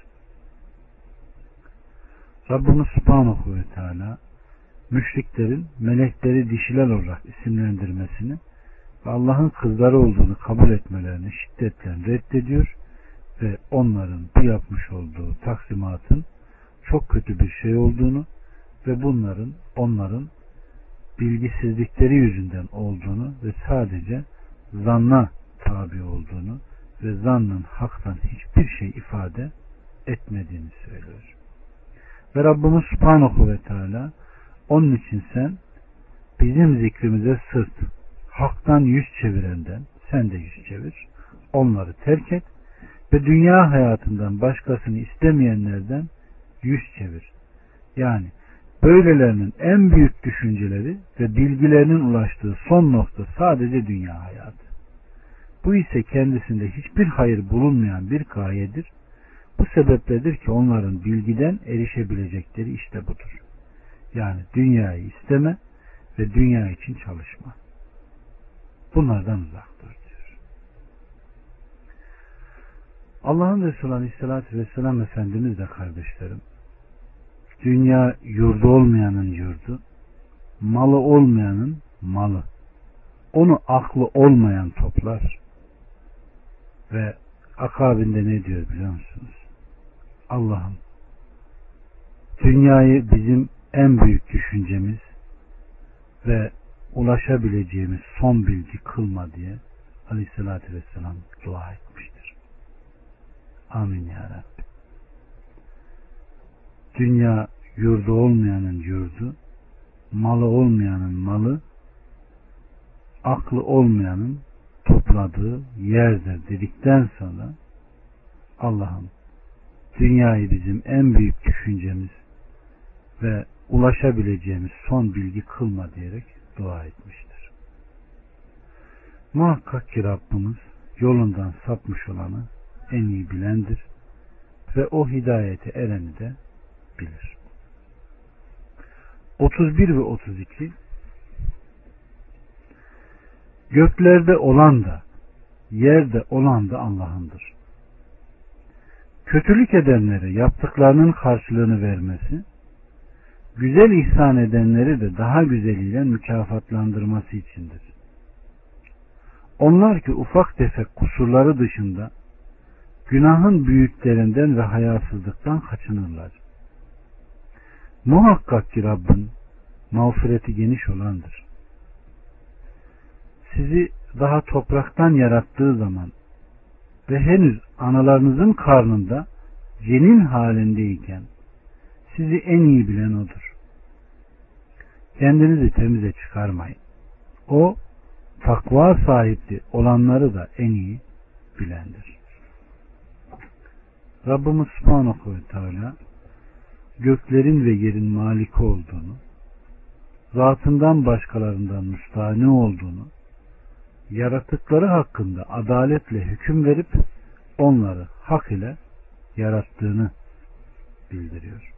Rabbimiz Subhanahu ve Teala müşriklerin melekleri dişiler olarak isimlendirmesini ve Allah'ın kızları olduğunu kabul etmelerini şiddetle reddediyor ve onların bu yapmış olduğu taksimatın çok kötü bir şey olduğunu ve bunların onların bilgisizlikleri yüzünden olduğunu ve sadece zanna tabi olduğunu ve zannın haktan hiçbir şey ifade etmediğini söylüyor. Ve Rabbimiz Subhanahu ve Teala onun için sen bizim zikrimize sırt, haktan yüz çevirenden sen de yüz çevir, onları terk et ve dünya hayatından başkasını istemeyenlerden yüz çevir. Yani böylelerinin en büyük düşünceleri ve bilgilerinin ulaştığı son nokta sadece dünya hayatı. Bu ise kendisinde hiçbir hayır bulunmayan bir gayedir. Bu sebepledir ki onların bilgiden erişebilecekleri işte budur. Yani dünyayı isteme ve dünya için çalışma. Bunlardan uzak dur diyor. Allah'ın Resulü Aleyhisselatü Vesselam Efendimiz de kardeşlerim, dünya yurdu olmayanın yurdu, malı olmayanın malı, onu aklı olmayan toplar ve akabinde ne diyor biliyor musunuz? Allah'ım dünyayı bizim en büyük düşüncemiz ve ulaşabileceğimiz son bilgi kılma diye Aleyhisselatü Vesselam dua etmiştir. Amin ya Rabbi. Dünya yurdu olmayanın yurdu, malı olmayanın malı, aklı olmayanın topladığı yerdir dedikten sonra Allah'ım dünyayı bizim en büyük düşüncemiz ve ulaşabileceğimiz son bilgi kılma diyerek dua etmiştir. Muhakkak ki Rabbimiz yolundan sapmış olanı en iyi bilendir ve o hidayete ereni de bilir. 31 ve 32 Göklerde olan da yerde olan da Allah'ındır. Kötülük edenlere yaptıklarının karşılığını vermesi, güzel ihsan edenleri de daha güzeliyle mükafatlandırması içindir. Onlar ki ufak tefek kusurları dışında günahın büyüklerinden ve hayasızlıktan kaçınırlar. Muhakkak ki Rabbin mağfireti geniş olandır. Sizi daha topraktan yarattığı zaman ve henüz analarınızın karnında cenin halindeyken sizi en iyi bilen O'dur. Kendinizi temize çıkarmayın. O takva sahibi olanları da en iyi bilendir. Rabbimiz Subhanahu ve Teala göklerin ve yerin maliki olduğunu, zatından başkalarından müstahni olduğunu, yaratıkları hakkında adaletle hüküm verip onları hak ile yarattığını bildiriyor.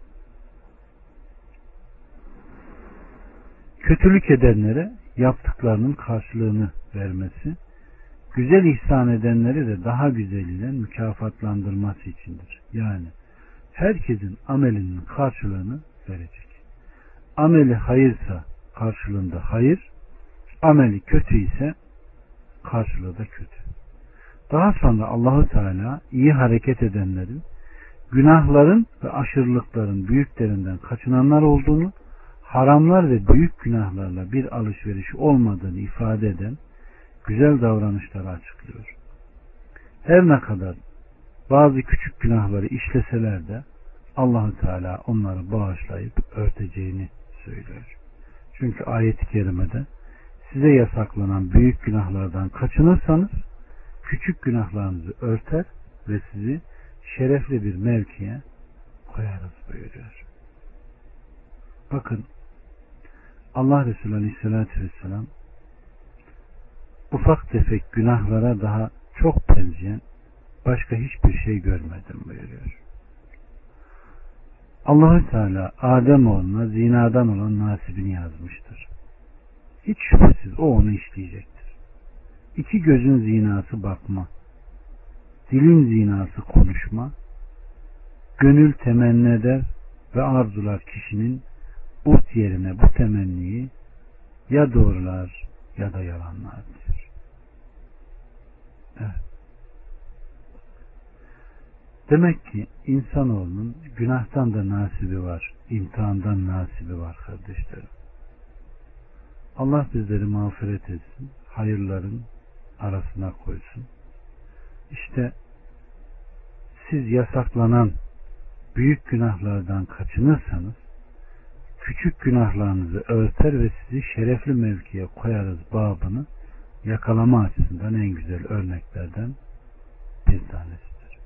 Kötülük edenlere yaptıklarının karşılığını vermesi, güzel ihsan edenleri de daha güzeliyle mükafatlandırması içindir. Yani herkesin amelinin karşılığını verecek. Ameli hayırsa karşılığında hayır, ameli kötü ise karşılığı da kötü. Daha sonra Allahu Teala iyi hareket edenlerin, günahların ve aşırılıkların büyüklerinden kaçınanlar olduğunu, haramlar ve büyük günahlarla bir alışveriş olmadığını ifade eden güzel davranışları açıklıyor. Her ne kadar bazı küçük günahları işleseler de Allah-u Teala onları bağışlayıp örteceğini söylüyor. Çünkü ayet-i kerimede size yasaklanan büyük günahlardan kaçınırsanız küçük günahlarınızı örter ve sizi şerefli bir mevkiye koyarız buyuruyor. Bakın Allah Resulü Aleyhisselatü Vesselam ufak tefek günahlara daha çok benzeyen başka hiçbir şey görmedim buyuruyor. Allah-u Teala Ademoğluna zinadan olan nasibini yazmıştır. Hiç şüphesiz o onu işleyecektir. İki gözün zinası bakma, dilin zinası konuşma, gönül temenni eder ve arzular kişinin ut yerine bu temenniyi ya doğrular ya da yalanlar diyor. Evet. Demek ki insanoğlunun günahtan da nasibi var, imtihandan nasibi var kardeşlerim. Allah bizleri mağfiret etsin, hayırların arasına koysun. İşte siz yasaklanan büyük günahlardan kaçınırsanız küçük günahlarınızı örter ve sizi şerefli mevkiye koyarız babını yakalama açısından en güzel örneklerden bir tanesidir.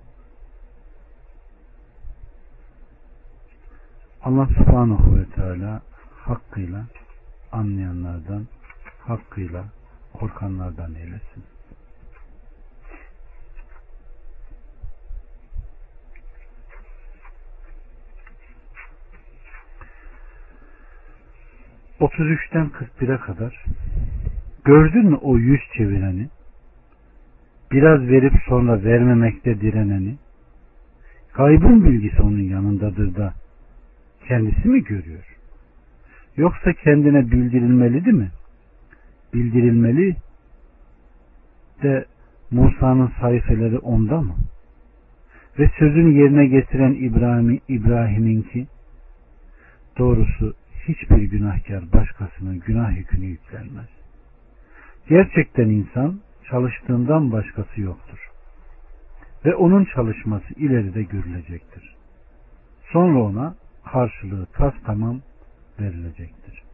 Allah Subhanahu ve Teala hakkıyla anlayanlardan, hakkıyla korkanlardan eylesin. ...33'ten 41'e kadar... ...gördün mü o yüz çevireni... ...biraz verip sonra vermemekte direneni... ...gaybın bilgisi onun yanındadır da... ...kendisi mi görüyor? Yoksa kendine bildirilmeli mi? Bildirilmeli de Musa'nın sayfeleri onda mı? Ve sözünü yerine getiren İbrahim'inki... ...doğrusu hiçbir günahkar başkasının günah yükünü yüklenmez. Gerçekten insan çalıştığından başkası yoktur. Ve onun çalışması ileride görülecektir. Sonra ona karşılığı tamam verilecektir.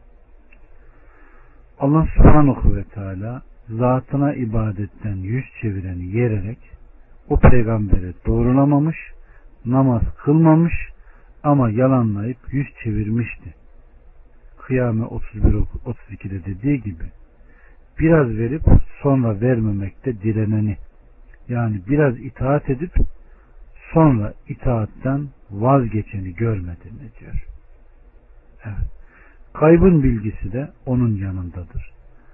Allah Subhanahu ve Teala zatına ibadetten yüz çevireni yererek o peygamberi doğrulamamış, namaz kılmamış ama yalanlayıp yüz çevirmişti. Kıyame 31-32'de dediği gibi biraz verip sonra vermemekte direneni, yani biraz itaat edip sonra itaatten vazgeçeni görmedin mi diyor. Evet. Kaybın bilgisi de onun yanındadır.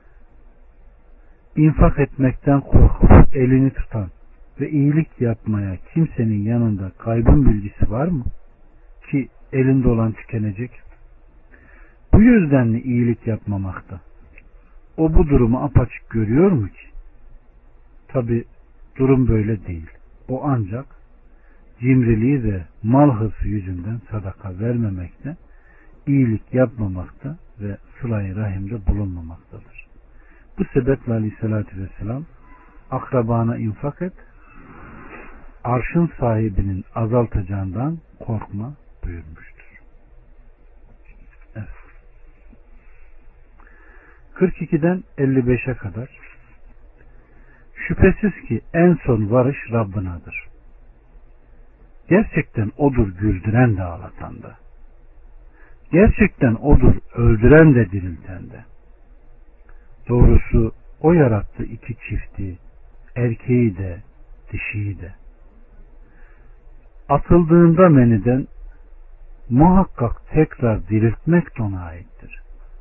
İnfak etmekten korkup elini tutan ve iyilik yapmaya kimsenin yanında kaybın bilgisi var mı? Ki elinde olan tükenecek. Bu yüzden mi iyilik yapmamakta? O bu durumu apaçık görüyor mu ki? Tabi durum böyle değil. O ancak cimriliği ve mal hırsı yüzünden sadaka vermemekte, iyilik yapmamakta ve sıla-i rahimde bulunmamaktadır. Bu sebeple Aleyhisselatü Vesselam akrabana infak et, arşın sahibinin azaltacağından korkma buyurmuştur. Evet. 42'den 55'e kadar şüphesiz ki en son varış Rabbinadır. Gerçekten odur güldüren de ağlatan da. Gerçekten odur öldüren de dirilten de. Doğrusu o yarattı iki çifti, erkeği de, dişiyi de. Atıldığında meniden muhakkak tekrar diriltmek de ona aittir.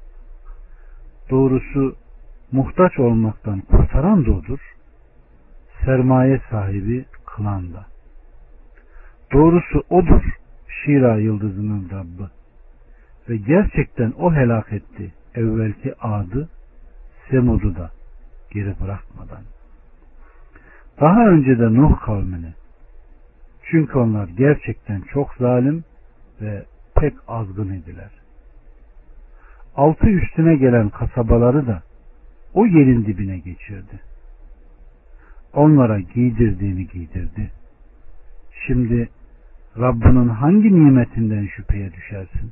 Doğrusu muhtaç olmaktan kurtaran da odur, sermaye sahibi kılan da. Doğrusu odur Şira yıldızının Rabbi ve gerçekten o helak etti evvelki Ad'ı, Semud'u da geri bırakmadan. Daha önce de Nuh kavmini, çünkü onlar gerçekten çok zalim ve pek azgın idiler. Altı üstüne gelen kasabaları da o yerin dibine geçirdi. Onlara giydirdiğini giydirdi. Şimdi Rabbinin hangi nimetinden şüpheye düşersin?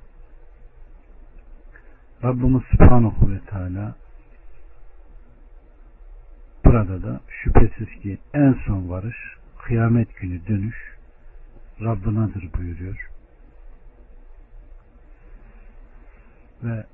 Rabbimiz Subhanahu ve Teala burada da şüphesiz ki en son varış, kıyamet günü dönüş Rabbinadır buyuruyor. Ve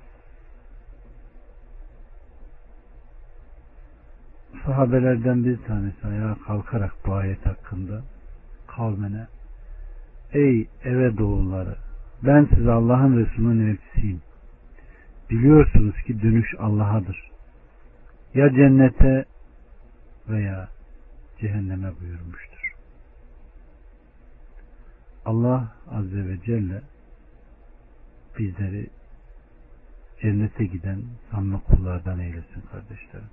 sahabelerden bir tanesi ayağa kalkarak bu ayet hakkında kavmine, ey eve doğulları, ben size Allah'ın Resulü'nün elçisiyim. Biliyorsunuz ki dönüş Allah'adır. Ya cennete veya cehenneme buyurmuştur. Allah Azze ve Celle bizleri cennete giden sanma kullardan eylesin kardeşlerim.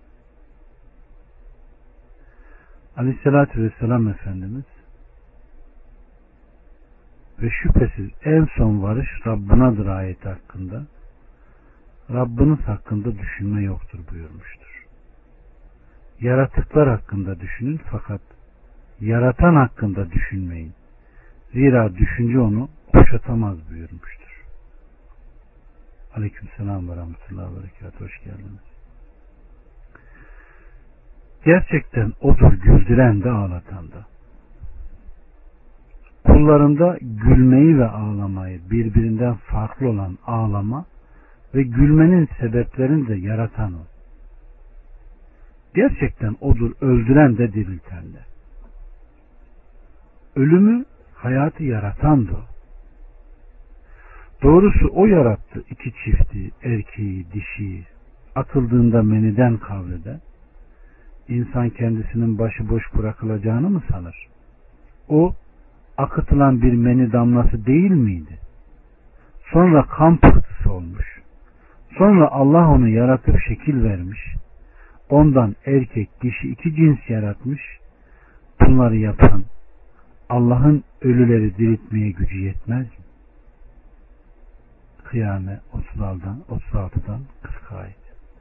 Aleyhissalatü Vesselam Efendimiz ve şüphesiz en son varış Rabbinadır ayeti hakkında Rabbiniz hakkında düşünme yoktur buyurmuştur. Yaratıklar hakkında düşünün fakat yaratan hakkında düşünmeyin. Zira düşünce onu kuşatamaz buyurmuştur. Aleykümselam ve rahmetullahi ve berekatuhu. Hoş geldiniz. Gerçekten odur güldüren de ağlatan da. Kullarında gülmeyi ve ağlamayı birbirinden farklı olan ağlama ve gülmenin sebeplerini de yaratan o. Gerçekten odur öldüren de dirilten de. Ölümü, hayatı yaratan da o. Doğrusu o yarattı iki çifti, erkeği, dişiyi, atıldığında meniden kavrede. İnsan kendisinin başıboş bırakılacağını mı sanır? O, akıtılan bir meni damlası değil miydi? Sonra kan pıhtısı olmuş. Sonra Allah onu yaratıp şekil vermiş. Ondan erkek, dişi iki cins yaratmış. Bunları yapan Allah'ın ölüleri diriltmeye gücü yetmez mi? Kıyame 36'dan 40 ayet.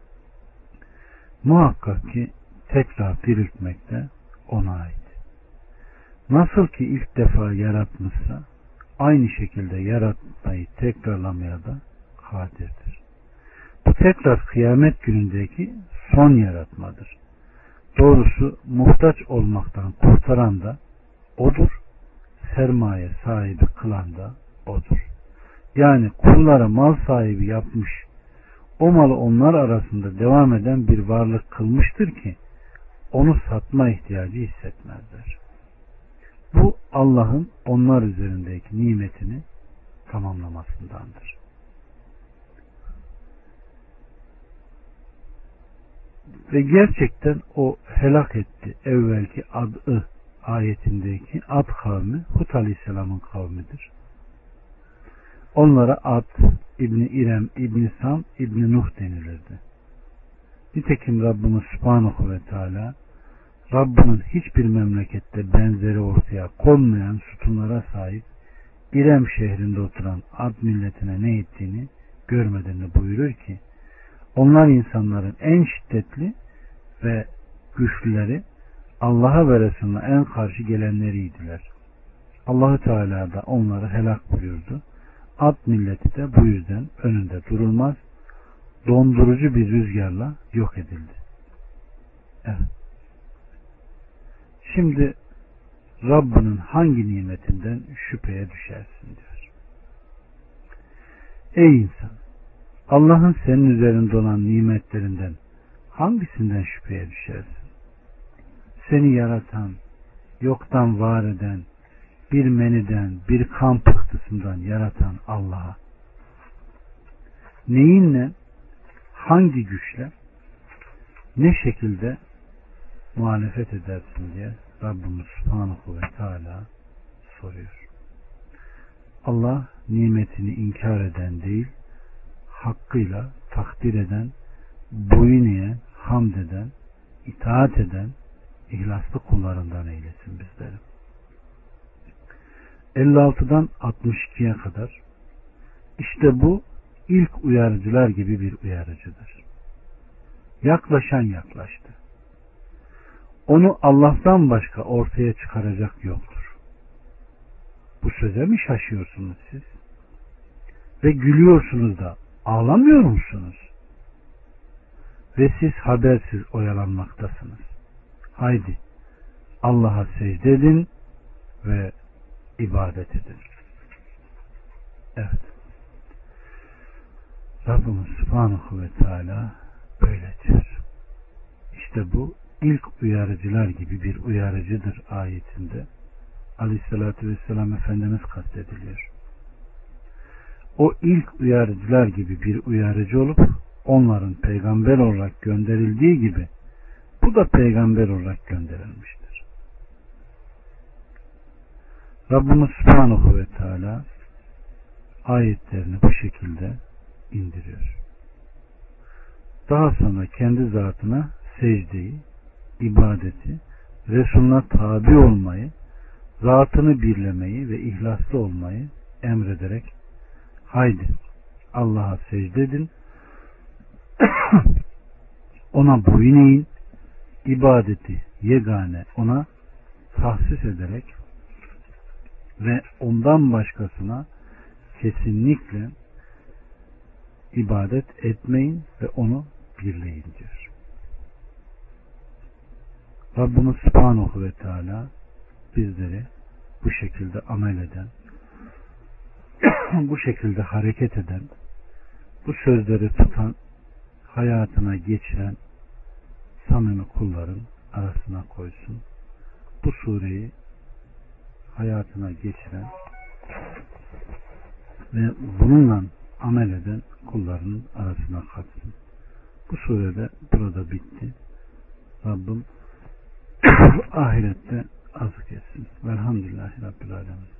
Muhakkak ki tekrar diriltmek de ona ait. Nasıl ki ilk defa yaratmışsa aynı şekilde yaratmayı tekrarlamaya da kadirdir. Bu tekrar kıyamet günündeki son yaratmadır. Doğrusu muhtaç olmaktan kurtaran da odur, sermaye sahibi kılan da odur. Yani kullara mal sahibi yapmış, o malı onlar arasında devam eden bir varlık kılmıştır ki onu satma ihtiyacı hissetmezler. Bu Allah'ın onlar üzerindeki nimetini tamamlamasındandır. Ve gerçekten o helak etti evvelki Ad'ı ayetindeki Ad kavmi Hud Aleyhisselam'ın kavmidir. Onlara Ad, İbni İrem, İbni Sam, İbni Nuh denilirdi. Nitekim Rabbimiz Subhanahu ve Teala Rabbinin hiçbir memlekette benzeri ortaya konmayan sütunlara sahip İrem şehrinde oturan Ad milletine ne ettiğini görmediğini buyurur ki, onlar insanların en şiddetli ve güçlüleri, Allah'a ve Resulüne en karşı gelenleriydiler. Allah-u Teala da onları helak buyurdu. Ad milleti de bu yüzden önünde durulmaz, dondurucu bir rüzgarla yok edildi. Evet. Şimdi Rabbinin hangi nimetinden şüpheye düşersin diyor. Ey insan! Allah'ın senin üzerinde olan nimetlerinden hangisinden şüpheye düşersin? Seni yaratan, yoktan var eden, bir meniden, bir kan pıhtısından yaratan Allah'a neyinle, hangi güçle, ne şekilde muhalefet edersin diye Rabbimiz Subhanahu ve Teala soruyor. Allah nimetini inkar eden değil, hakkıyla takdir eden, boyun eğen, hamd eden, itaat eden, ihlaslı kullarından eylesin bizleri. 56'dan 62'ye kadar işte bu ilk uyarıcılar gibi bir uyarıcıdır. Yaklaşan yaklaştı. Onu Allah'tan başka ortaya çıkaracak yoktur. Bu söze mi şaşıyorsunuz siz? Ve gülüyorsunuz da ağlamıyor musunuz? Ve siz habersiz oyalanmaktasınız. Haydi Allah'a secde edin ve ibadet edin. Evet. Rabbimiz Subhanahu ve Teala böyle diyor. İşte bu ilk uyarıcılar gibi bir uyarıcıdır ayetinde. Aleyhissalatü vesselam Efendimiz kastediliyor. O ilk uyarıcılar gibi bir uyarıcı olup onların peygamber olarak gönderildiği gibi bu da peygamber olarak gönderilmiştir. Rabbimiz Subhanahu ve Teala ayetlerini bu şekilde indiriyor. Daha sonra kendi zatına secdeyi, ibadeti, Resulüne tabi olmayı, zatını birlemeyi ve ihlaslı olmayı emrederek haydi Allah'a secde edin, ona boyun eğin, ibadeti yegane ona tahsis ederek ve ondan başkasına kesinlikle ibadet etmeyin ve onu birleyin diyor. Rabbimiz Subhanahu ve Teala bizleri bu şekilde amel eden, bu şekilde hareket eden, bu sözleri tutan, hayatına geçiren samimi kulların arasına koysun. Bu sureyi hayatına geçiren ve bununla amel eden kullarının arasına katsın. Bu surede burada bitti. Rabbim ahirette azık etsin. Velhamdülillahi Rabbil Alemin.